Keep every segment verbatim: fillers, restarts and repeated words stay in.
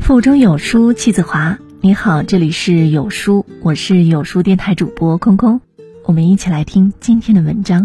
腹中有书气自华。你好，这里是有书，我是有书电台主播空空。我们一起来听今天的文章。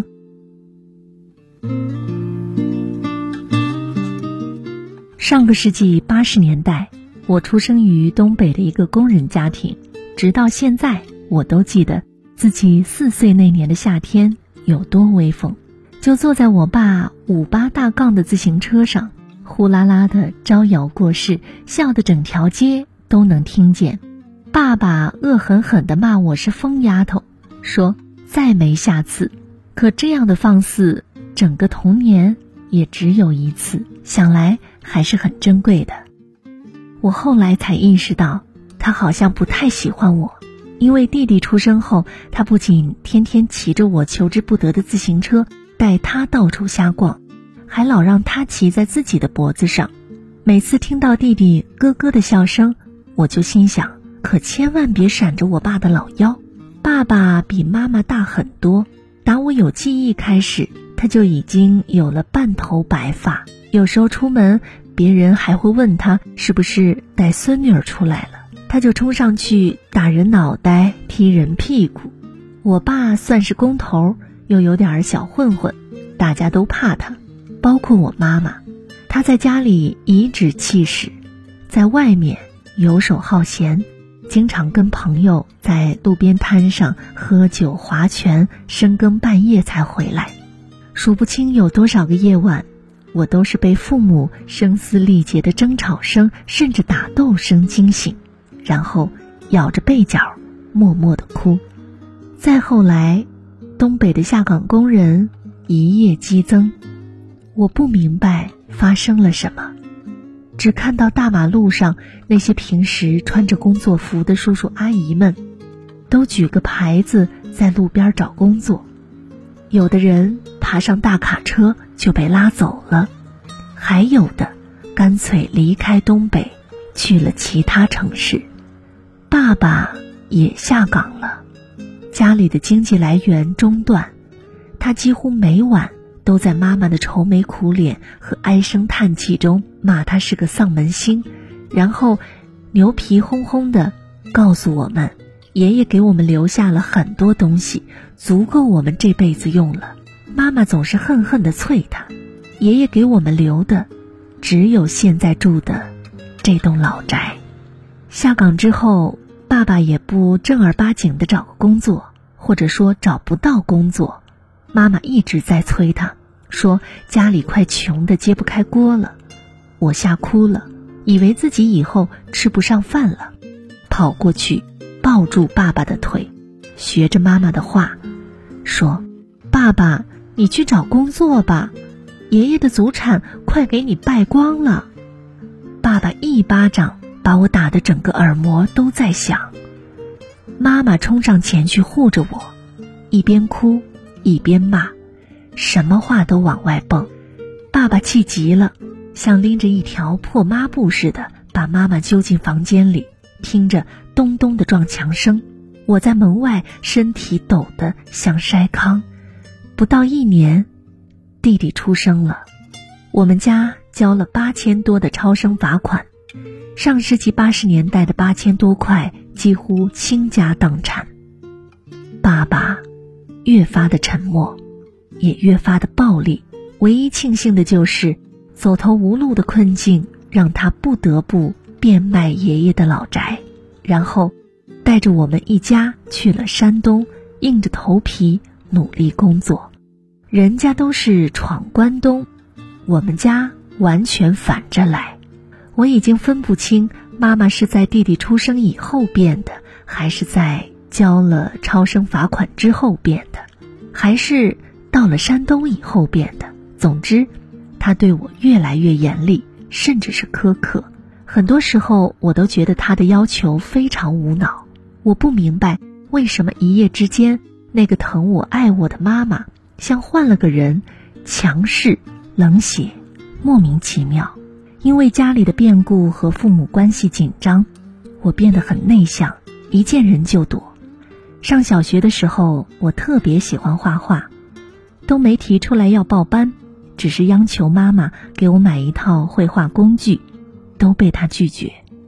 上个世纪八十年代，我出生于东北的一个工人家庭，直到现在我都记得自己四岁那年的夏天有多威风。就坐在我爸五八大杠的自行车上，呼啦啦的招摇过市，笑得整条街都能听见。爸爸恶狠狠地骂我是疯丫头，说再没下次。可这样的放肆，整个童年也只有一次，想来还是很珍贵的。我后来才意识到，他好像不太喜欢我，因为弟弟出生后，他不仅天天骑着我求之不得的自行车带他到处瞎逛，还老让他骑在自己的脖子上。每次听到弟弟咯咯的笑声，我就心想，可千万别闪着我爸的老腰。爸爸比妈妈大很多，打我有记忆开始，他就已经有了半头白发。有时候出门，别人还会问他是不是带孙女儿出来了，他就冲上去打人脑袋，踢人屁股。我爸算是工头，又有点小混混，大家都怕他，包括我妈妈。他在家里颐指气使，在外面游手好闲，经常跟朋友在路边摊上喝酒划拳，深更半夜才回来。数不清有多少个夜晚，我都是被父母声嘶力竭的争吵声甚至打斗声惊醒，然后咬着被角默默地哭。再后来，东北的下岗工人一夜激增，我不明白发生了什么，只看到大马路上那些平时穿着工作服的叔叔阿姨们都举个牌子在路边找工作，有的人爬上大卡车就被拉走了，还有的干脆离开东北去了其他城市。爸爸也下岗了，家里的经济来源中断，他几乎每晚都在妈妈的愁眉苦脸和唉声叹气中骂他是个丧门星，然后牛皮哄哄地告诉我们，爷爷给我们留下了很多东西，足够我们这辈子用了。妈妈总是恨恨地啐他，爷爷给我们留的只有现在住的这栋老宅。下岗之后，爸爸也不正儿八经地找个工作，或者说找不到工作。妈妈一直在催他，说家里快穷得揭不开锅了。我吓哭了，以为自己以后吃不上饭了，跑过去抱住爸爸的腿，学着妈妈的话说，爸爸，你去找工作吧，爷爷的祖产快给你败光了。爸爸一巴掌把我打得整个耳膜都在响。妈妈冲上前去护着我，一边哭一边骂，什么话都往外蹦。爸爸气急了，像拎着一条破抹布似的把妈妈揪进房间里，听着咚咚的撞墙声。我在门外身体抖得像筛糠。不到一年，弟弟出生了，我们家交了八千多的超生罚款。上世纪八十年代的八千多块几乎倾家荡产。爸爸越发的沉默，也越发的暴力。唯一庆幸的就是走投无路的困境让他不得不变卖爷爷的老宅，然后带着我们一家去了山东，硬着头皮努力工作。人家都是闯关东，我们家完全反着来。我已经分不清妈妈是在弟弟出生以后变的，还是在交了超生罚款之后变的，还是到了山东以后变的。总之，他对我越来越严厉，甚至是苛刻。很多时候我都觉得他的要求非常无脑。我不明白为什么一夜之间，那个疼我爱我的妈妈像换了个人，强势冷血，莫名其妙。因为家里的变故和父母关系紧张，我变得很内向，一见人就躲。上小学的时候，我特别喜欢画画，都没提出来要报班，只是央求妈妈给我买一套绘画工具，都被她拒绝。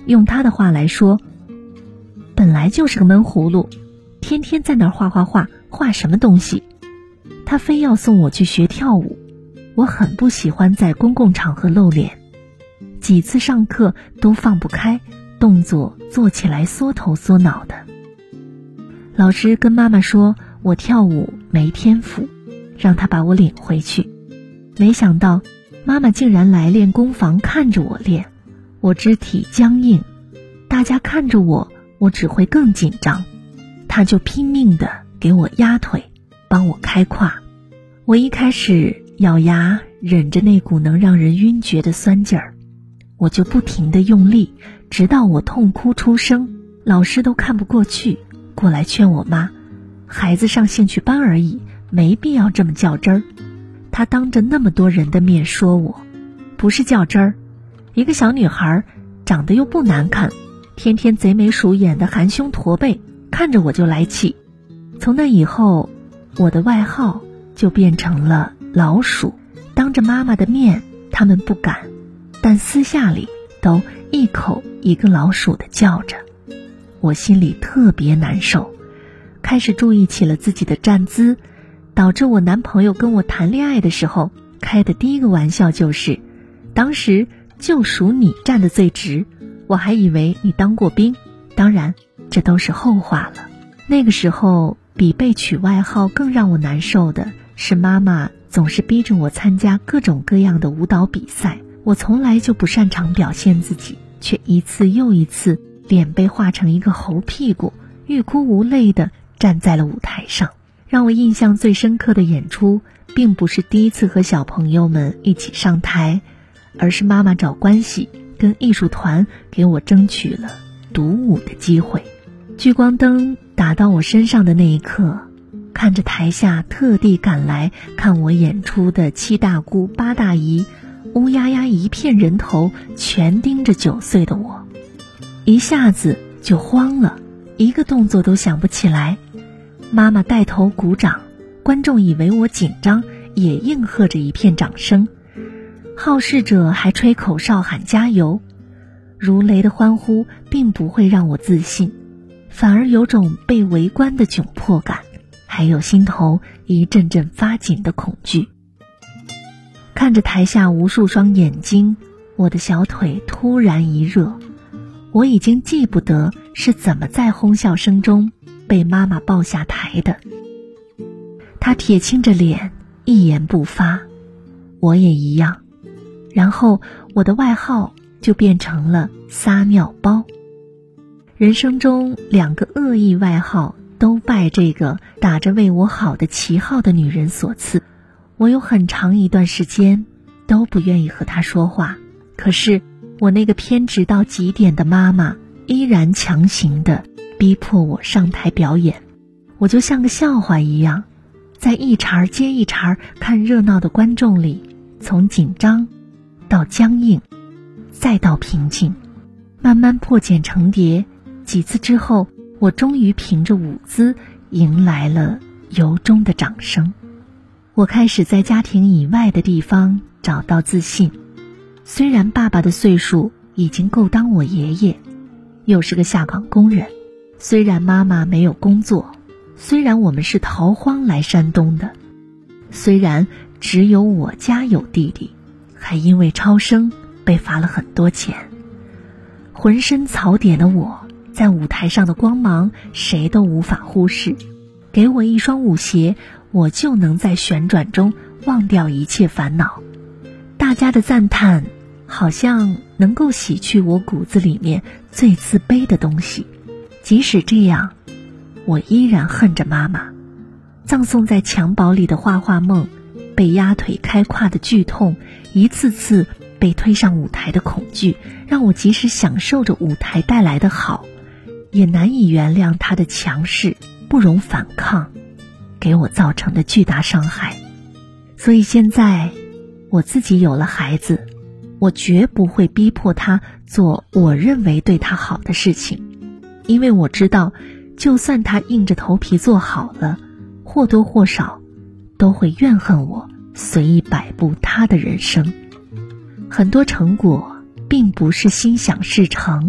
用他的话来说，本来就是个闷葫芦，天天在那儿画画画，画什么东西。他非要送我去学跳舞，我很不喜欢在公共场合露脸，几次上课都放不开，动作做起来缩头缩脑的。老师跟妈妈说我跳舞没天赋，让她把我领回去。没想到妈妈竟然来练功房看着我练，我肢体僵硬，大家看着我，我只会更紧张，她就拼命地给我压腿，帮我开胯。我一开始咬牙忍着那股能让人晕厥的酸劲儿，我就不停地用力，直到我痛哭出声，老师都看不过去，过来劝我妈，孩子上兴趣班而已，没必要这么较真儿。她当着那么多人的面说我，不是较真儿，一个小女孩长得又不难看，天天贼眉鼠眼的含胸驼背，看着我就来气。从那以后，我的外号就变成了老鼠，当着妈妈的面他们不敢，但私下里都一口一个老鼠的叫着。我心里特别难受，开始注意起了自己的站姿，导致我男朋友跟我谈恋爱的时候开的第一个玩笑就是，当时就属你站得最直，我还以为你当过兵，当然这都是后话了。那个时候比被取外号更让我难受的是，妈妈总是逼着我参加各种各样的舞蹈比赛，我从来就不擅长表现自己，却一次又一次脸被画成一个猴屁股，欲哭无泪地站在了舞台上。让我印象最深刻的演出，并不是第一次和小朋友们一起上台，而是妈妈找关系跟艺术团给我争取了独舞的机会。聚光灯打到我身上的那一刻，看着台下特地赶来看我演出的七大姑八大姨，乌压压一片人头全盯着九岁的我，一下子就慌了，一个动作都想不起来。妈妈带头鼓掌，观众以为我紧张，也应和着一片掌声，好事者还吹口哨喊加油。如雷的欢呼并不会让我自信，反而有种被围观的窘迫感，还有心头一阵阵发紧的恐惧。看着台下无数双眼睛，我的小腿突然一热，我已经记不得是怎么在哄笑声中被妈妈抱下台的。她铁青着脸，一言不发，我也一样。然后我的外号就变成了撒尿包。人生中两个恶意外号都拜这个打着为我好的旗号的女人所赐，我有很长一段时间都不愿意和她说话，可是我那个偏执到极点的妈妈依然强行地逼迫我上台表演，我就像个笑话一样，在一茬接一茬看热闹的观众里，从紧张到僵硬，再到平静，慢慢破茧成蝶。几次之后，我终于凭着舞姿迎来了由衷的掌声。我开始在家庭以外的地方找到自信，虽然爸爸的岁数已经够当我爷爷，又是个下岗工人，虽然妈妈没有工作，虽然我们是逃荒来山东的，虽然只有我家有弟弟，还因为超生被罚了很多钱，浑身槽点的我在舞台上的光芒谁都无法忽视，给我一双舞鞋，我就能在旋转中忘掉一切烦恼。大家的赞叹好像能够洗去我骨子里面最自卑的东西，即使这样，我依然恨着妈妈。葬送在襁褓里的画画梦，被压腿开胯的剧痛，一次次被推上舞台的恐惧，让我即使享受着舞台带来的好，也难以原谅他的强势，不容反抗给我造成的巨大伤害。所以现在我自己有了孩子，我绝不会逼迫他做我认为对他好的事情，因为我知道就算他硬着头皮做好了，或多或少都会怨恨我随意摆布他的人生。很多成果并不是心想事成，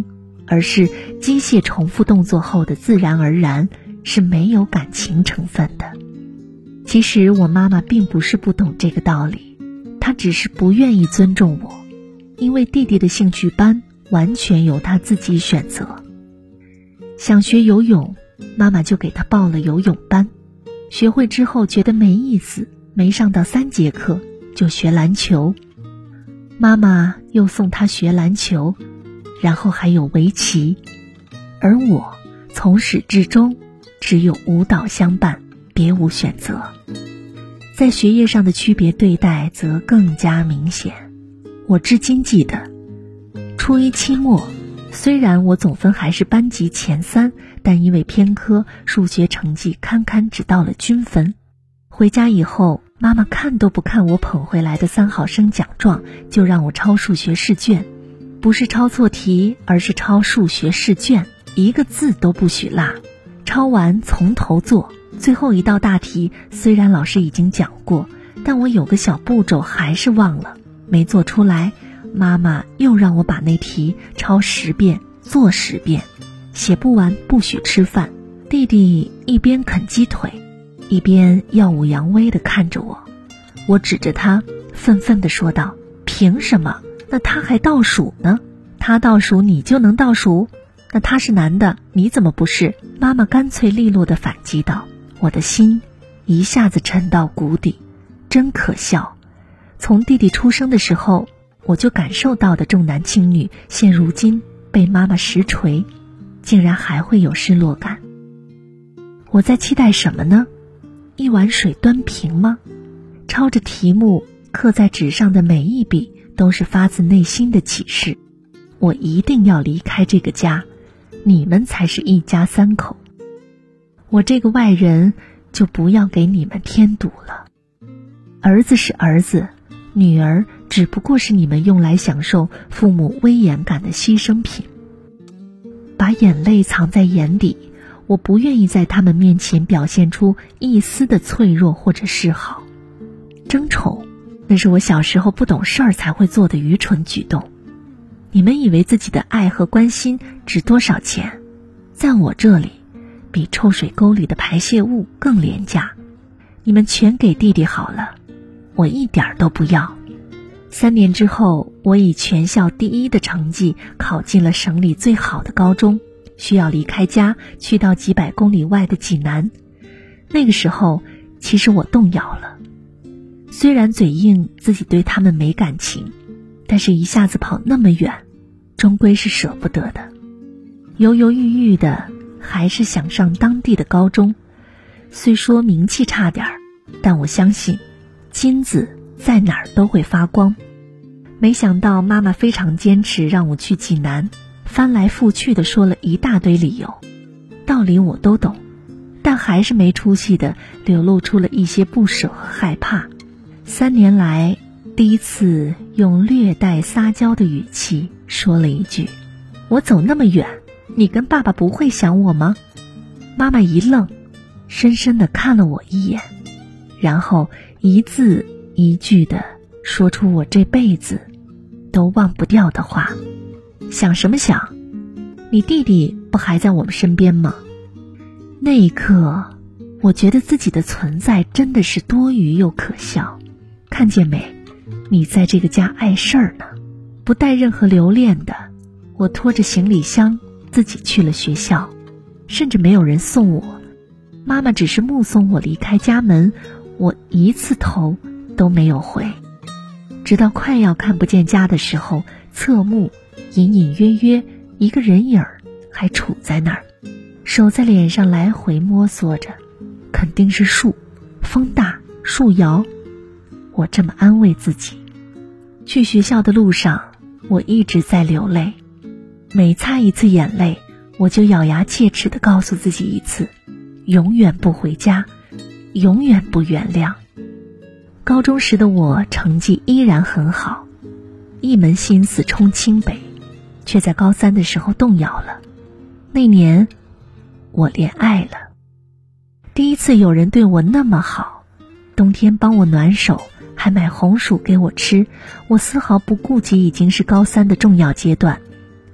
而是机械重复动作后的自然而然，是没有感情成分的。其实我妈妈并不是不懂这个道理，她只是不愿意尊重我，因为弟弟的兴趣班完全由他自己选择。想学游泳，妈妈就给他报了游泳班，学会之后觉得没意思，没上到三节课就学篮球，妈妈又送他学篮球，然后还有围棋，而我从始至终只有舞蹈相伴，别无选择。在学业上的区别对待则更加明显。我至今记得，初一期末，虽然我总分还是班级前三，但因为偏科，数学成绩堪堪只到了均分。回家以后，妈妈看都不看我捧回来的三好生奖状，就让我抄数学试卷。不是抄错题，而是抄数学试卷，一个字都不许落。抄完从头做，最后一道大题虽然老师已经讲过，但我有个小步骤还是忘了，没做出来。妈妈又让我把那题抄十遍，做十遍，写不完不许吃饭。弟弟一边啃鸡腿，一边耀武扬威地看着我。我指着他，愤愤地说道：凭什么？那他还倒数呢？他倒数你就能倒数？那他是男的，你怎么不是？妈妈干脆利落地反击道。我的心一下子沉到谷底，真可笑。从弟弟出生的时候，我就感受到的重男轻女，现如今被妈妈实锤，竟然还会有失落感。我在期待什么呢？一碗水端平吗？抄着题目刻在纸上的每一笔都是发自内心的启示。我一定要离开这个家，你们才是一家三口。我这个外人就不要给你们添堵了。儿子是儿子，女儿只不过是你们用来享受父母威严感的牺牲品。把眼泪藏在眼底，我不愿意在他们面前表现出一丝的脆弱或者示好。争宠，那是我小时候不懂事儿才会做的愚蠢举动。你们以为自己的爱和关心值多少钱？在我这里，比臭水沟里的排泄物更廉价。你们全给弟弟好了，我一点都不要。三年之后，我以全校第一的成绩考进了省里最好的高中，需要离开家，去到几百公里外的济南。那个时候，其实我动摇了。虽然嘴硬自己对他们没感情，但是一下子跑那么远，终归是舍不得的。犹犹豫豫的，还是想上当地的高中。虽说名气差点儿，但我相信金子在哪儿都会发光。没想到妈妈非常坚持让我去济南，翻来覆去的说了一大堆理由，道理我都懂，但还是没出息的流露出了一些不舍和害怕。三年来第一次用略带撒娇的语气说了一句：我走那么远，你跟爸爸不会想我吗？妈妈一愣，深深地看了我一眼，然后一字一句地说出我这辈子都忘不掉的话。想什么想？你弟弟不还在我们身边吗？那一刻，我觉得自己的存在真的是多余又可笑。看见没？你在这个家碍事儿呢。不带任何留恋的，我拖着行李箱自己去了学校，甚至没有人送我。妈妈只是目送我离开家门，我一次头都没有回。直到快要看不见家的时候，侧目隐隐约约一个人影儿还杵在那儿，手在脸上来回摸索着，肯定是树，风大树摇。我这么安慰自己。去学校的路上，我一直在流泪，每擦一次眼泪，我就咬牙切齿地告诉自己一次：永远不回家，永远不原谅。高中时的我成绩依然很好，一门心思冲清北，却在高三的时候动摇了。那年我恋爱了，第一次有人对我那么好，冬天帮我暖手，还买红薯给我吃，我丝毫不顾及已经是高三的重要阶段。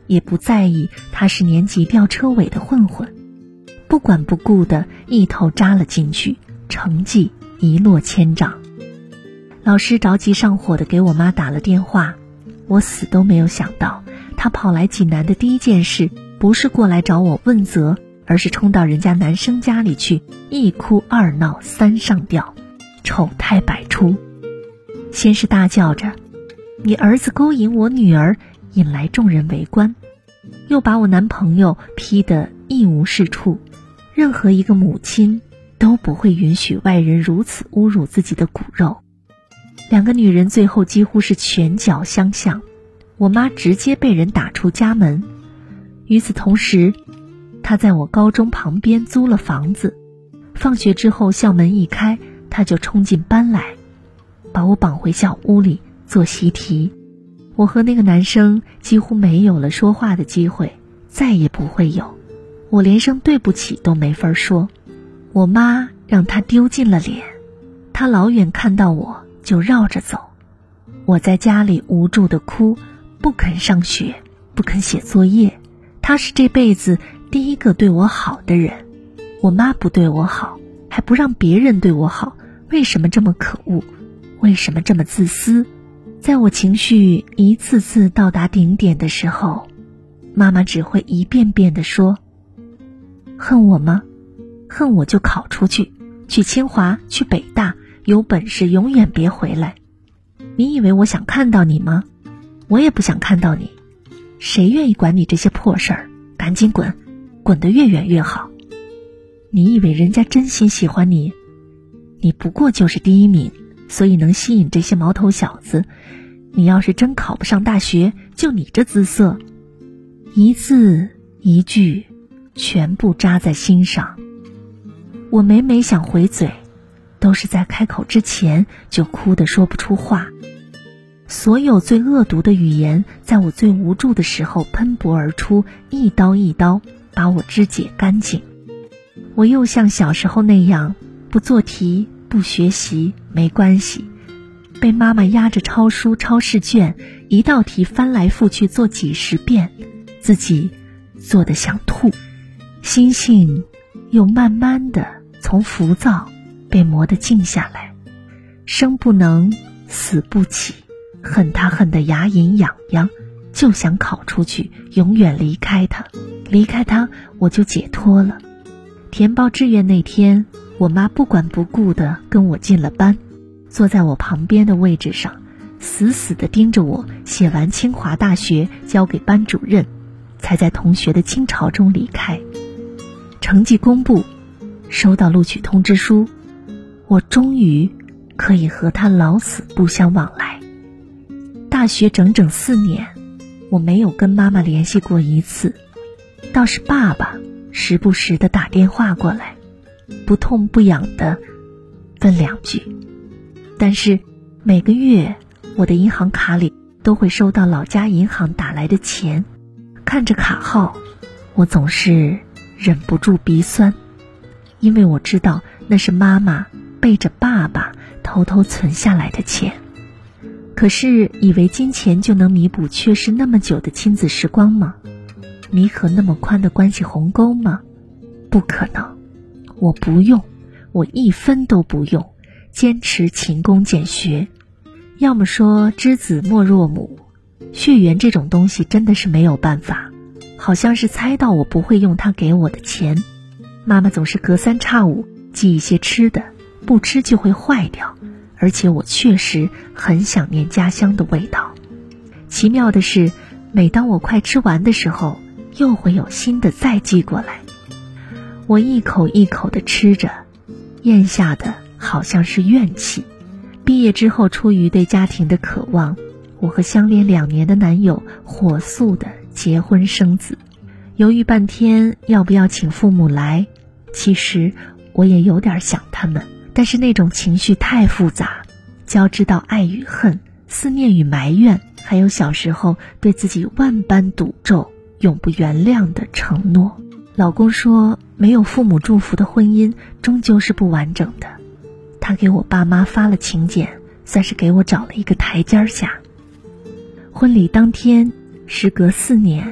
也不在意他是年级吊车尾的混混，不管不顾的一头扎了进去，成绩一落千丈。老师着急上火的给我妈打了电话，我死都没有想到，她跑来济南的第一件事不是过来找我问责，而是冲到人家男生家里去，一哭二闹三上吊，丑态百出。先是大叫着你儿子勾引我女儿，引来众人围观，又把我男朋友批得一无是处，任何一个母亲都不会允许外人如此侮辱自己的骨肉。两个女人最后几乎是拳脚相向，我妈直接被人打出家门。与此同时，她在我高中旁边租了房子，放学之后校门一开，她就冲进班来，把我绑回小屋里做习题。我和那个男生几乎没有了说话的机会，再也不会有，我连声对不起都没法说。我妈让他丢尽了脸，他老远看到我就绕着走。我在家里无助地哭，不肯上学，不肯写作业。他是这辈子第一个对我好的人，我妈不对我好，还不让别人对我好，为什么这么可恶？为什么这么自私？在我情绪一次次到达顶点的时候，妈妈只会一遍遍地说：恨我吗？恨我就考出去，去清华，去北大，有本事永远别回来。你以为我想看到你吗？我也不想看到你。谁愿意管你这些破事儿？赶紧滚，滚得越远越好。你以为人家真心喜欢你？你不过就是第一名，所以能吸引这些毛头小子。你要是真考不上大学，就你这姿色。一字一句全部扎在心上。我每每想回嘴，都是在开口之前就哭得说不出话。所有最恶毒的语言在我最无助的时候喷薄而出，一刀一刀把我肢解干净。我又像小时候那样，不做题不学习没关系，被妈妈压着抄书抄试卷，一道题翻来覆去做几十遍，自己做得想吐。心性又慢慢的从浮躁被磨得静下来，生不能死不起，恨他恨得牙龈痒痒，就想考出去，永远离开他，离开他我就解脱了。填报志愿那天，我妈不管不顾地跟我进了班，坐在我旁边的位置上，死死地盯着我写完清华大学交给班主任，才在同学的倾巢中离开。成绩公布，收到录取通知书，我终于可以和他老死不相往来。大学整整四年，我没有跟妈妈联系过一次，倒是爸爸时不时地打电话过来，不痛不痒地问两句。但是每个月我的银行卡里都会收到老家银行打来的钱，看着卡号，我总是忍不住鼻酸，因为我知道那是妈妈背着爸爸偷偷存下来的钱。可是以为金钱就能弥补缺失那么久的亲子时光吗？弥合那么宽的关系鸿沟吗？不可能，我不用，我一分都不用，坚持勤工俭学。要么说知子莫若母，血缘这种东西真的是没有办法。好像是猜到我不会用他给我的钱，妈妈总是隔三差五寄一些吃的，不吃就会坏掉，而且我确实很想念家乡的味道。奇妙的是，每当我快吃完的时候，又会有新的再寄过来。我一口一口地吃着，咽下的好像是怨气。毕业之后，出于对家庭的渴望，我和相恋两年的男友火速地结婚生子。犹豫半天要不要请父母来，其实我也有点想他们，但是那种情绪太复杂，交织到爱与恨，思念与埋怨，还有小时候对自己万般赌咒永不原谅的承诺。老公说，没有父母祝福的婚姻终究是不完整的。他给我爸妈发了请柬，算是给我找了一个台阶下。婚礼当天，时隔四年，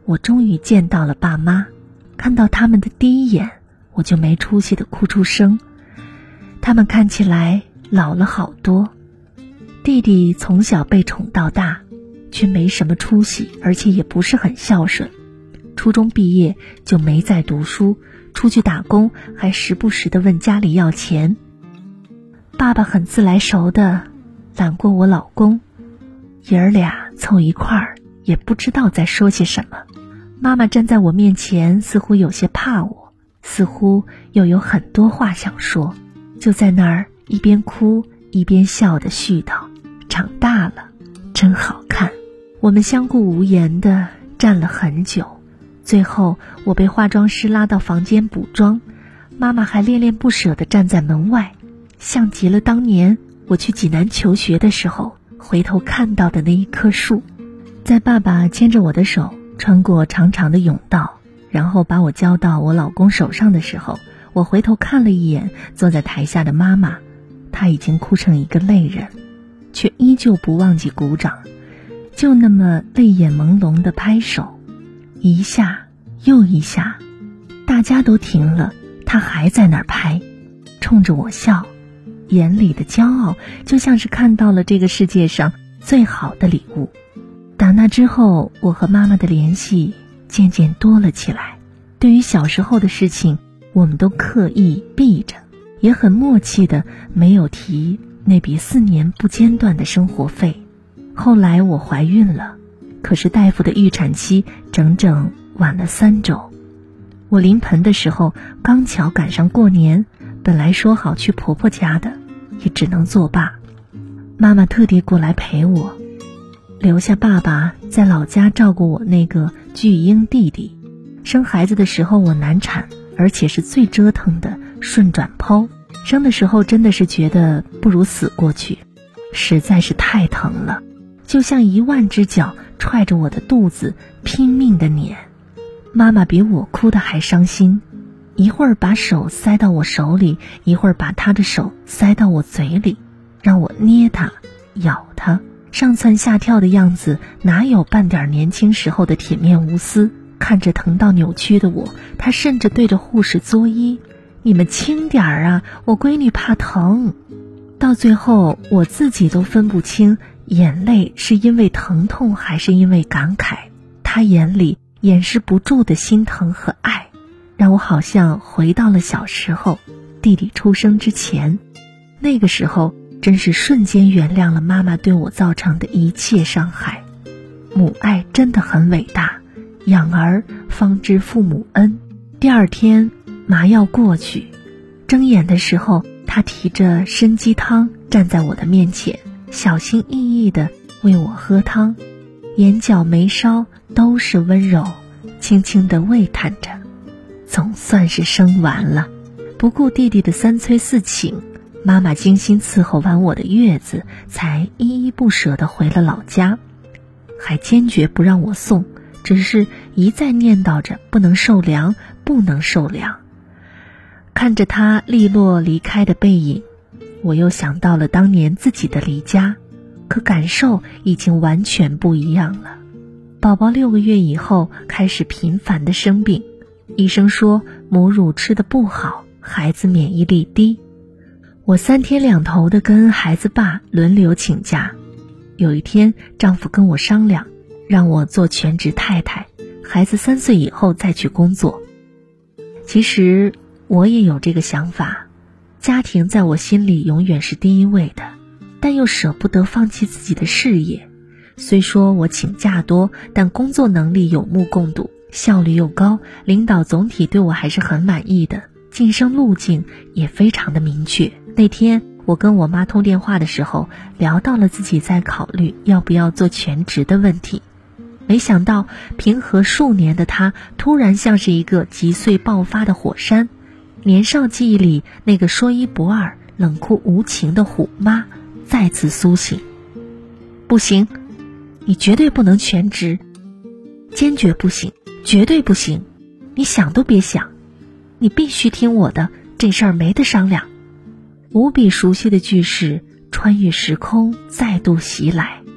我终于见到了爸妈。看到他们的第一眼，我就没出息的哭出声。他们看起来老了好多。弟弟从小被宠到大，却没什么出息，而且也不是很孝顺。初中毕业就没再读书，出去打工，还时不时地问家里要钱。爸爸很自来熟的揽过我老公，爷儿俩凑一块儿，也不知道在说些什么。妈妈站在我面前，似乎有些怕我，似乎又有很多话想说，就在那儿一边哭一边笑地絮叨：长大了，真好看。我们相顾无言地站了很久，最后我被化妆师拉到房间补妆，妈妈还恋恋不舍地站在门外，像极了当年我去济南求学的时候回头看到的那一棵树。在爸爸牵着我的手穿过长长的甬道，然后把我交到我老公手上的时候，我回头看了一眼坐在台下的妈妈，她已经哭成一个泪人，却依旧不忘记鼓掌，就那么泪眼朦胧地拍手，一下又一下，大家都停了，她还在那儿拍，冲着我笑，眼里的骄傲就像是看到了这个世界上最好的礼物。打那之后，我和妈妈的联系渐渐多了起来。对于小时候的事情，我们都刻意避着，也很默契的没有提那笔四年不间断的生活费。后来我怀孕了，可是大夫的预产期整整晚了三周。我临盆的时候刚巧赶上过年，本来说好去婆婆家的，也只能作罢。妈妈特地过来陪我，留下爸爸在老家照顾我那个巨婴弟弟。生孩子的时候我难产，而且是最折腾的顺转剖，生的时候真的是觉得不如死过去，实在是太疼了，就像一万只脚踹着我的肚子拼命的撵。妈妈比我哭得还伤心，一会儿把手塞到我手里，一会儿把她的手塞到我嘴里，让我捏她咬她，上蹿下跳的样子哪有半点年轻时候的铁面无私。看着疼到扭曲的我，她甚至对着护士作揖：你们轻点儿啊，我闺女怕疼。到最后我自己都分不清眼泪是因为疼痛还是因为感慨，她眼里掩饰不住的心疼和爱，让我好像回到了小时候，弟弟出生之前。那个时候真是瞬间原谅了妈妈对我造成的一切伤害。母爱真的很伟大，养儿方知父母恩。第二天麻药过去，睁眼的时候，他提着参鸡汤站在我的面前，小心翼翼地喂我喝汤，眼角眉梢都是温柔，轻轻地喟叹着，总算是生完了。不顾弟弟的三催四请，妈妈精心伺候完我的月子，才依依不舍地回了老家，还坚决不让我送，只是一再念叨着不能受凉，不能受凉。看着他利落离开的背影，我又想到了当年自己的离家，可感受已经完全不一样了。宝宝六个月以后开始频繁的生病，医生说母乳吃得不好，孩子免疫力低。我三天两头的跟孩子爸轮流请假。有一天丈夫跟我商量，让我做全职太太，孩子三岁以后再去工作。其实我也有这个想法，家庭在我心里永远是第一位的，但又舍不得放弃自己的事业。虽说我请假多，但工作能力有目共睹，效率又高，领导总体对我还是很满意的，晋升路径也非常的明确。那天我跟我妈通电话的时候，聊到了自己在考虑要不要做全职的问题。没想到平和数年的她，突然像是一个急碎爆发的火山，年少记忆里那个说一不二、冷酷无情的虎妈再次苏醒。不行，你绝对不能全职，坚决不行，绝对不行，你想都别想，你必须听我的，这事儿没得商量。无比熟悉的句式穿越时空再度袭来，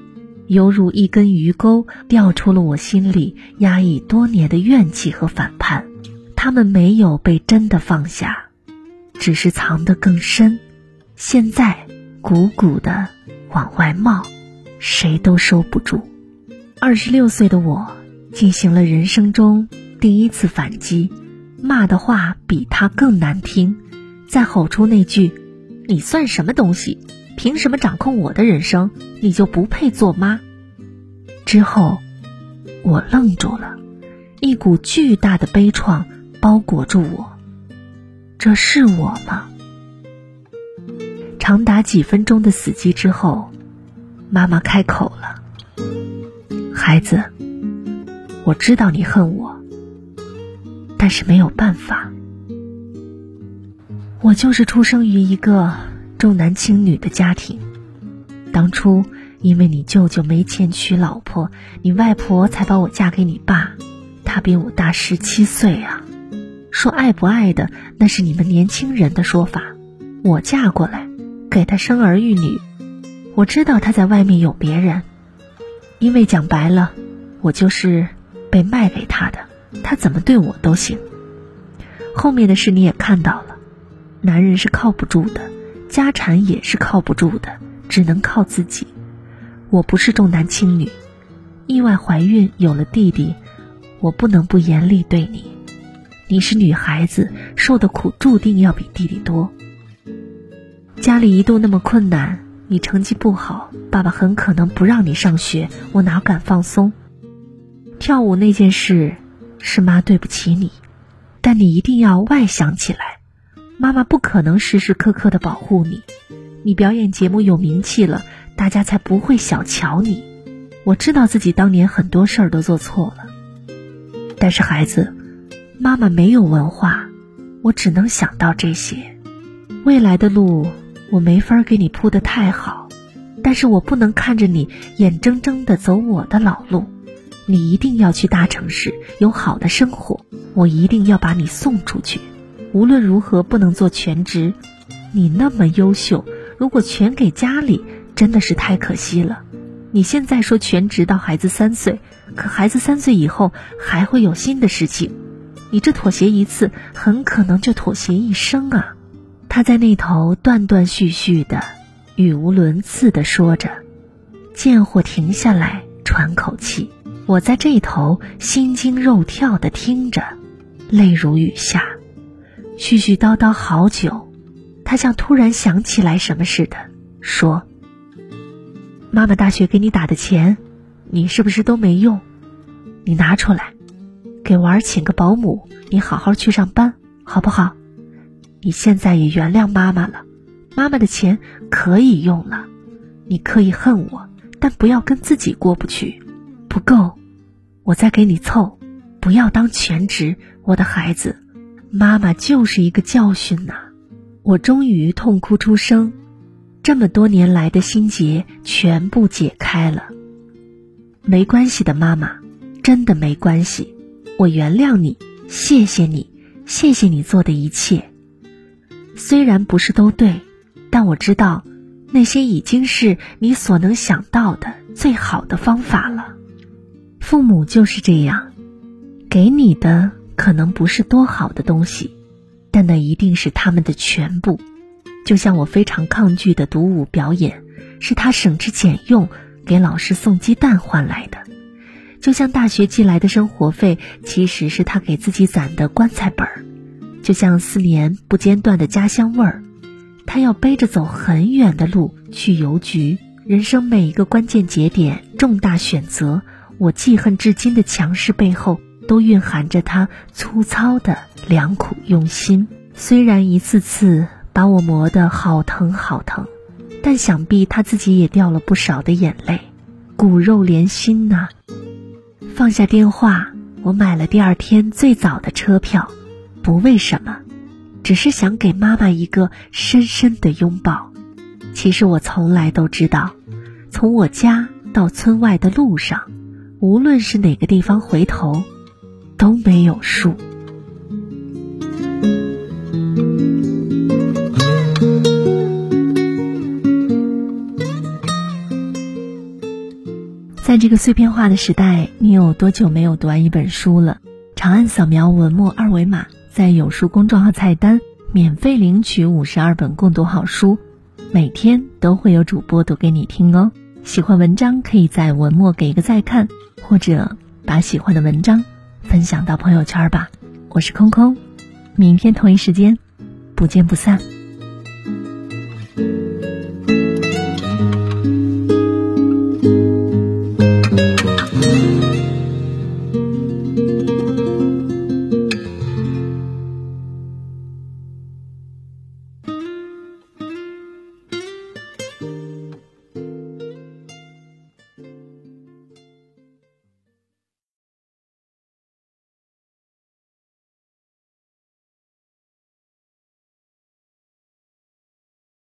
犹如一根鱼钩钓出了我心里压抑多年的怨气和反叛。它们没有被真的放下，只是藏得更深，现在鼓鼓的往外冒，谁都收不住。二十六岁的我进行了人生中第一次反击，骂的话比他更难听，再吼出那句你算什么东西，凭什么掌控我的人生，你就不配做妈。之后我愣住了，一股巨大的悲怆包裹住我。这是我吗？长达几分钟的死寂之后，妈妈开口了，孩子，我知道你恨我，但是没有办法。我就是出生于一个重男轻女的家庭，当初因为你舅舅没钱娶老婆，你外婆才把我嫁给你爸，他比我大十七岁啊。说爱不爱的，那是你们年轻人的说法。我嫁过来，给他生儿育女，我知道他在外面有别人，因为讲白了，我就是被卖给他的，他怎么对我都行。后面的事你也看到了，男人是靠不住的，家产也是靠不住的，只能靠自己。我不是重男轻女，意外怀孕有了弟弟，我不能不严厉对你。你是女孩子，受的苦注定要比弟弟多。家里一度那么困难，你成绩不好，爸爸很可能不让你上学，我哪敢放松。跳舞那件事是妈对不起你，但你一定要外想起来，妈妈不可能时时刻刻地保护你。你表演节目有名气了，大家才不会小瞧你。我知道自己当年很多事儿都做错了，但是孩子，妈妈没有文化，我只能想到这些。未来的路我没法给你铺得太好，但是我不能看着你眼睁睁地走我的老路。你一定要去大城市，有好的生活，我一定要把你送出去。无论如何不能做全职，你那么优秀，如果全给家里，真的是太可惜了。你现在说全职到孩子三岁，可孩子三岁以后还会有新的事情，你这妥协一次，很可能就妥协一生啊。他在那头断断续续的语无伦次地说着，贱货停下来喘口气。我在这头心惊肉跳地听着，泪如雨下。絮絮叨叨好久，他像突然想起来什么似的说，妈妈大学给你打的钱，你是不是都没用？你拿出来，给娃儿请个保姆，你好好去上班，好不好？你现在也原谅妈妈了，妈妈的钱可以用了，你可以恨我，但不要跟自己过不去。不够，我再给你凑，不要当全职，我的孩子，妈妈就是一个教训呐、啊。我终于痛哭出声，这么多年来的心结全部解开了。没关系的妈妈，真的没关系，我原谅你，谢谢你，谢谢你做的一切。虽然不是都对，但我知道那些已经是你所能想到的最好的方法了。父母就是这样，给你的可能不是多好的东西，但那一定是他们的全部。就像我非常抗拒的独舞表演，是他省吃俭用给老师送鸡蛋换来的。就像大学寄来的生活费，其实是他给自己攒的棺材本儿。就像四年不间断的家乡味儿，他要背着走很远的路去邮局。人生每一个关键节点，重大选择，我记恨至今的强势背后，都蕴含着他粗糙的良苦用心。虽然一次次把我磨得好疼好疼，但想必他自己也掉了不少的眼泪，骨肉连心呐、啊。放下电话，我买了第二天最早的车票，不为什么，只是想给妈妈一个深深的拥抱。其实我从来都知道，从我家到村外的路上，无论是哪个地方回头，都没有树。 在这个碎片化的时代，你有多久没有读完一本书了？长按扫描文末二维码，在有书公众号菜单免费领取五十二本共读好书，每天都会有主播读给你听哦。喜欢文章可以在文末给一个再看，或者把喜欢的文章分享到朋友圈吧。我是空空，明天同一时间不见不散。